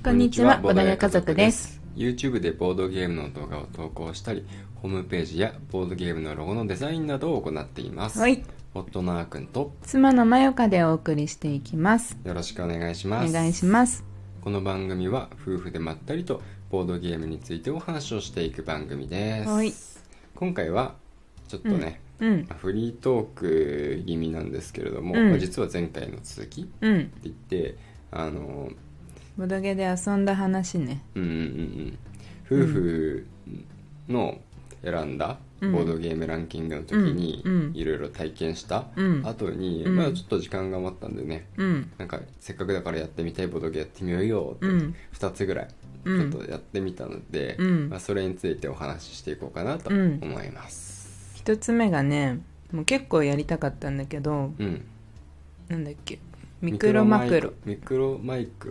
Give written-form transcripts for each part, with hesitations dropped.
こんにちは、ボドゲ家族です。 YouTube でボードゲームの動画を投稿したり、ホームページやボードゲームのロゴのデザインなどを行っています。 はい。 夫のあーくんと妻のまよかでお送りしていきます。 よろしくお願いします。 お願いします。 この番組は夫婦でまったりとボードゲームについてお話をしていく番組です。 はい。 今回はちょっとね、フリートーク気味なんですけれども、実は前回の続きって言って、 ボドゲで遊んだ話ね。 夫婦の選んだボードゲームランキングの時にいろいろ体験した後に、まあちょっと時間が余ったんでね、なんかせっかくだからやってみたいボードゲームやってみようよって2つぐらいちょっとやってみたので、まあ、それについてお話ししていこうかなと思います。 一つ目がね、もう結構やりたかったんだけど、なんだっけ、ミクロマクロだっけ、 ミクロ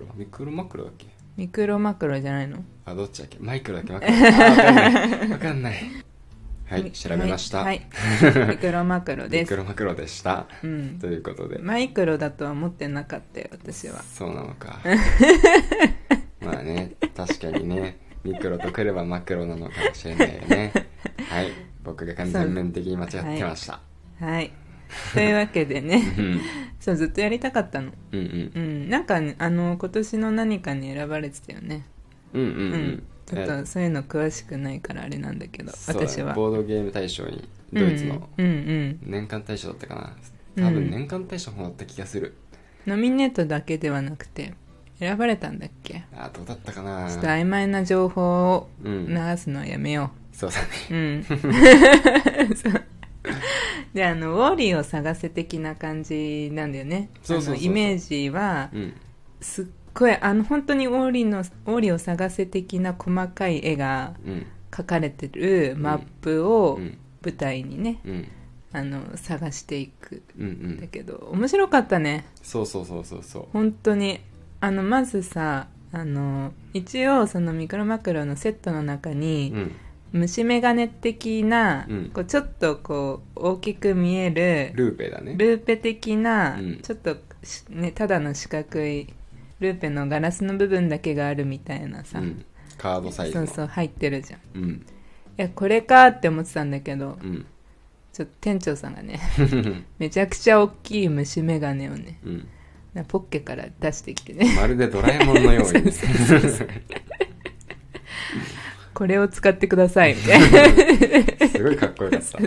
マクロじゃないの？ どっちだっけ、マイクロだっけ、わかんないはい、調べました。 はい、ミクロマクロです。 ミクロマクロでした、ということでマイクロだとは思ってなかったよ、私は。 そうなのかまあね、確かにね、ミクロとくればマクロなのかもしれないよねはい、僕が全面的に間違ってました。 はい、というわけでねそうずっとやりたかったの。なんか、今年の何かに選ばれてたよね。ちょっとそういうの詳しくないからあれなんだけど、私はボードゲーム大賞にドイツの年間大賞だったかな、多分年間大賞もらった気がする。 ノミネートだけではなくて選ばれたんだっけ？ どうだったかな。 ちょっと曖昧な情報を流すのはやめよう。そうだね。 で、ウォーリーを探せ的な感じなんだよね。イメージは、すっごい本当にウォーリーを探せ的な細かい絵が描かれてるマップを舞台にね、探していくだけど、面白かったね。 そう本当にまずさ、一応そのミクロマクロのセットの中に、虫眼鏡的な、こうちょっとこう大きく見えるルーペだね。 ルーペ的な、ちょっとね、ただの四角いルーペのガラスの部分だけがあるみたいなさ、 カードサイズのそう入ってるじゃん。いやこれかって思ってたんだけど、ちょっと店長さんがねめちゃくちゃ大きい虫眼鏡をね、ポッケから出してきてね、 まるでドラえもんのようにこれを使ってくださいみたいなすごいかっこよかった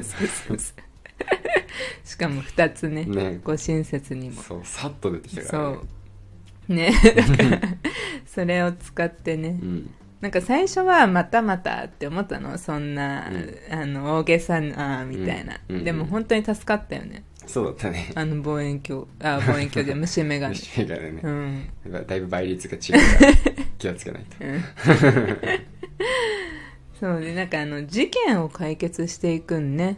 しかも2つね、ご親切にもそうさっと出てきたからね。 そうねだからそれを使ってね、なんか最初はまたって思ったの、そんな、大げさなみたいな、でも本当に助かったよね。 そうだったね。 望遠鏡で虫眼鏡虫眼鏡ね、だいぶ倍率が違うから気をつけないと、 そうで、なんか事件を解決していくんね。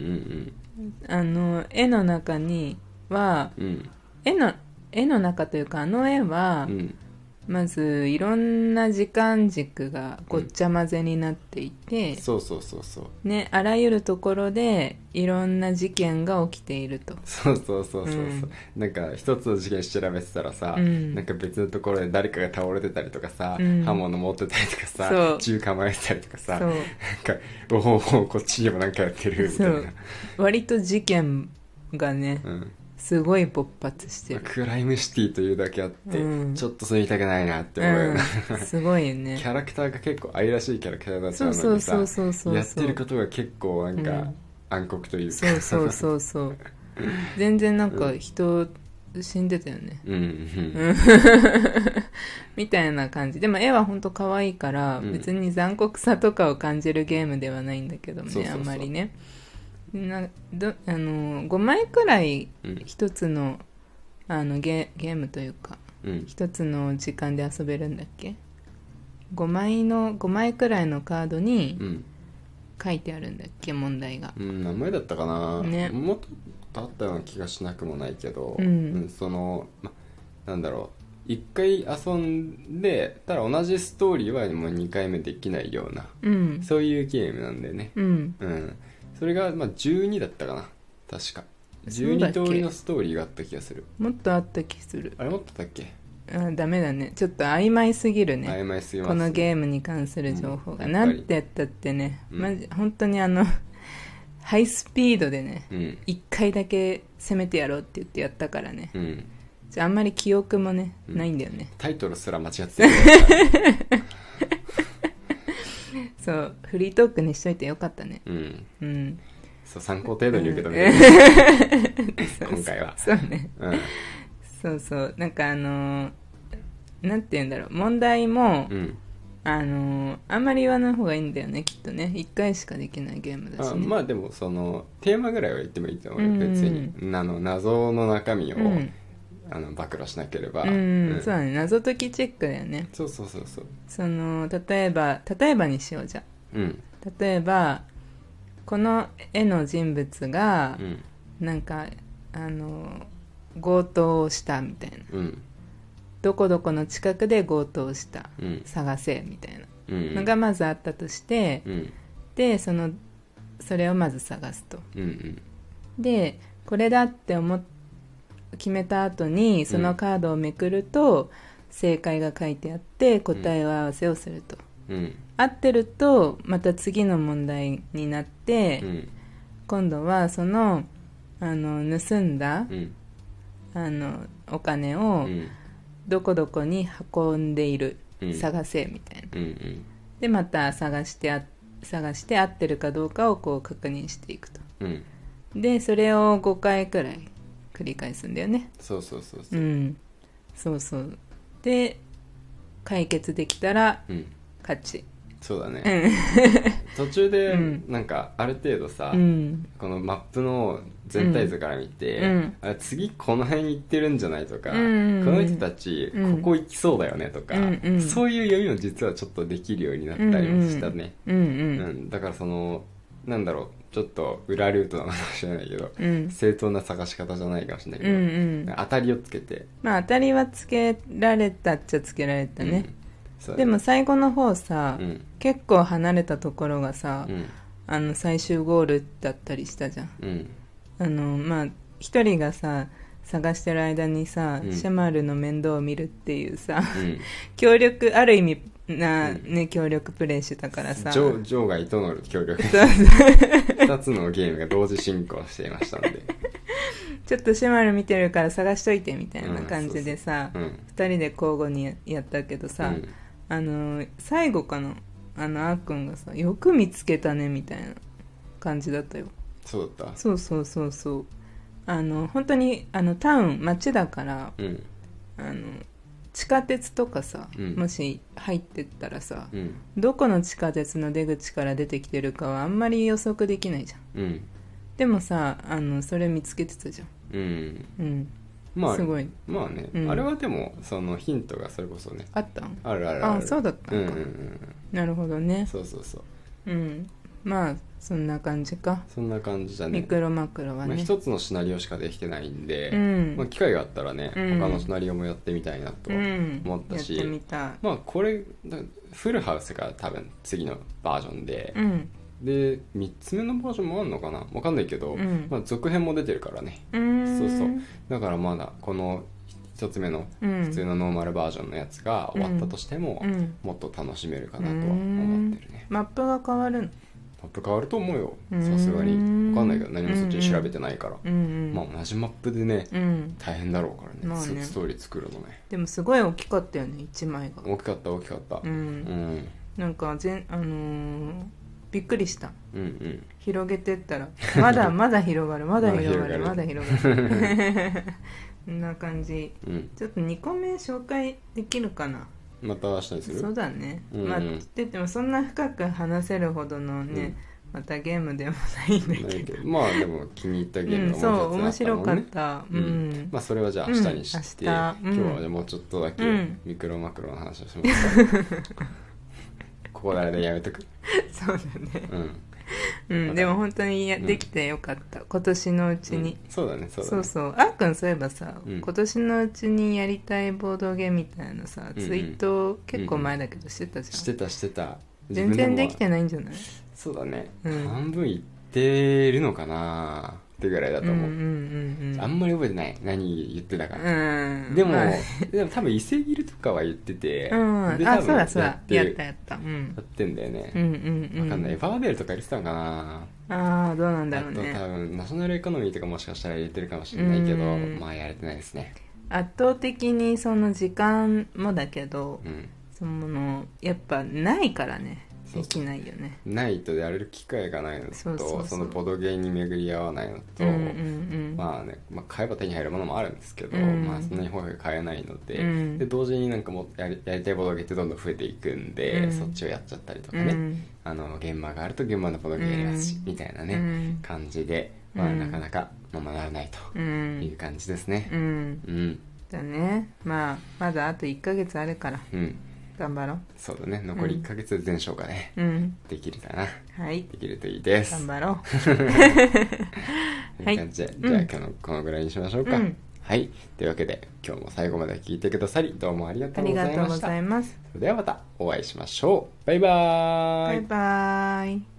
絵の中には、絵の中というか絵は、まずいろんな時間軸がごっちゃ混ぜになっていて、ね、あらゆるところでいろんな事件が起きていると。 なんか一つの事件調べてたらさ、なんか別のところで誰かが倒れてたりとかさ、刃物持ってたりとかさ、銃構えてたりとかさ、なんかこっちにもなんかやってるみたいな。 割と事件がね、すごい勃発してる。 クライムシティというだけあって、ちょっとそう言いたくないなって思うよね、 すごいよね。 キャラクターが結構愛らしいキャラクターだったのにさ、やってることが結構なんか、暗黒というか、 そう全然なんか人死んでたよね、みたいな感じ。でも絵は本当可愛いから、別に残酷さとかを感じるゲームではないんだけどもね、あんまりね。5枚くらい一つの、ゲームというか、一つの時間で遊べるんだっけ。5枚くらいのカードに書いてあるんだっけ、問題が。 何枚だったかな、 ね、 もっとあったような気がしなくもないけど、なんだろう、1回遊んでただ同じストーリーはもう2回目できないような、そういうゲームなんだよね。それが12だったかな、確か12通りのストーリーがあった気がする。 もっとあった気する。 あれもっとだっけ。 ダメだね、ちょっと曖昧すぎるね。 曖昧すぎます、 このゲームに関する情報が、なんてやったってね、マジ本当にハイスピードでね、1回だけ攻めてやろうって言ってやったからね、じゃああんまり記憶もね、ないんだよね。 タイトルすら間違ってるそうフリートークにしといてよかったね。 そう参考程度に受け止めて今回はそうね、そうそうなんかなんて言うんだろう、問題も、あんまり言わない方がいいんだよねきっとね。1回しかできないゲームだし、ね、 まあでもそのテーマぐらいは言ってもいいと思うよ、別に謎の中身を、暴露しなければ、 そうだね、謎解きチェックだよね。 そう例えばにしようじゃ、例えばこの絵の人物が、なんか強盗をしたみたいな、どこどこの近くで強盗をした、探せみたいなのがまずあったとして、でそれをまず探すと、でこれだって決めた後にそのカードをめくると、正解が書いてあって答え合わせをすると、合ってるとまた次の問題になって、今度は盗んだ、お金を、どこどこに運んでいる、探せみたいな、でまた探して合ってるかどうかをこう確認していくと、でそれを5回くらい繰り返すんだよね。そうで解決できたら、勝ち。 そうだね、途中でなんかある程度さ、このマップの全体図から見て、あれ次この辺行ってるんじゃないとか、この人たちここ行きそうだよねとか、そういう読みも実はちょっとできるようになったりもしたね。だからなんだろう、ちょっと裏ルートなのかもしれないけど、正当な探し方じゃないかもしれないけど、当たりをつけて、 まあ当たりはつけられたっちゃつけられたね、でも最後の方さ、結構離れたところがさ、最終ゴールだったりしたじゃん、まあ一人がさ探してる間にさ、シェマルの面倒を見るっていうさ、協力ある意味な、協力プレイしてたからさ、 場外との協力2つのゲームが同時進行していましたのでちょっとシェマル見てるから探しといてみたいな感じでさ、2人で交互にやったけどさ、最後かな、あーくんがさ、よく見つけたねみたいな感じだったよ。 そうだった。 そう本当にタウン街だから、地下鉄とかさ、もし入ってったらさ、どこの地下鉄の出口から出てきてるかはあんまり予測できないじゃん、でもさそれ見つけてたじゃん。まあ、すごい。 まあね、あれはでもそのヒントがそれこそねあったん？ ある。 あ、そうだったのか、なるほどね。 そうまあそんな感じか。 そんな感じだね。 ミクロマクロはね、 一つのシナリオしかできてないんで、機会があったらね、他のシナリオもやってみたいなと思ったし、 やってみたい。 まあこれフルハウスが多分次のバージョンで、で3つ目のバージョンもあるのかな、分かんないけど、まあ、続編も出てるからね。だからまだこの1つ目の普通のノーマルバージョンのやつが終わったとしても、もっと楽しめるかなとは思ってるね。 マップが変わるの？ マップ変わると思うよ、さすがに。分かんないけど何もそっちに調べてないから、まあ同じマップでね、大変だろうからね、ストーリー作るのね。 でもすごい大きかったよね、1枚が。 大きかったなんかびっくりした、広げてったらまだ広がるこんな感じ、ちょっと2個目紹介できるかな。 また明日にする？ そうだね、まあって言ってもそんな深く話せるほどのね、またゲームでもないんだけど、 まあでも気に入ったゲームがそう面白かった。 まあそれはじゃあ明日にして、今日はじゃあもうちょっとだけミクロマクロの話をしますか。ここでやめとく。 そうだね。でも本当にできてよかった、今年のうちに。 そうだね。 あーくんそういえばさ、今年のうちにやりたいボードゲームみたいなさ、ツイート結構前だけどしてたじゃん。 してた。 全然できてないんじゃない？ そうだね、半分いってるのかな。 ってぐらいだと思う、あんまり覚えてない何言ってたか、でも多分伊勢ギルとかは言ってて、で多分そうだそうだ、やったやってんだよね、わかんない。エヴァーベルとか入れてたのかな。どうなんだろうね。 あと多分ナショナルエコノミーとかもしかしたら入れてるかもしれないけど、まあやれてないですね。 圧倒的にその時間もだけど、そのやっぱないからね、できないよね。 ないとやれる機会がないのと、そのボドゲーに巡り合わないのと、まあね、買えば手に入るものもあるんですけど、まあそんなに豊富に買えないので、で同時になんかもやりたいボドゲーってどんどん増えていくんで、そっちをやっちゃったりとかね、現場があると現場のボドゲーやりますし、みたいなね、感じで、まあなかなか学ばないという感じですね。 だね。まあまだあと1ヶ月あるから。頑張ろう。 そうだね、残り1ヶ月で全勝がね、できるかな。 はい、 できるといいです。 頑張ろう。 という感じで、じゃあ今日のこのぐらいにしましょうか。はい、というわけで今日も最後まで聞いてくださりどうもありがとうございました。 ありがとうございます。 それではまたお会いしましょう。バイバーイ。 バイバーイ。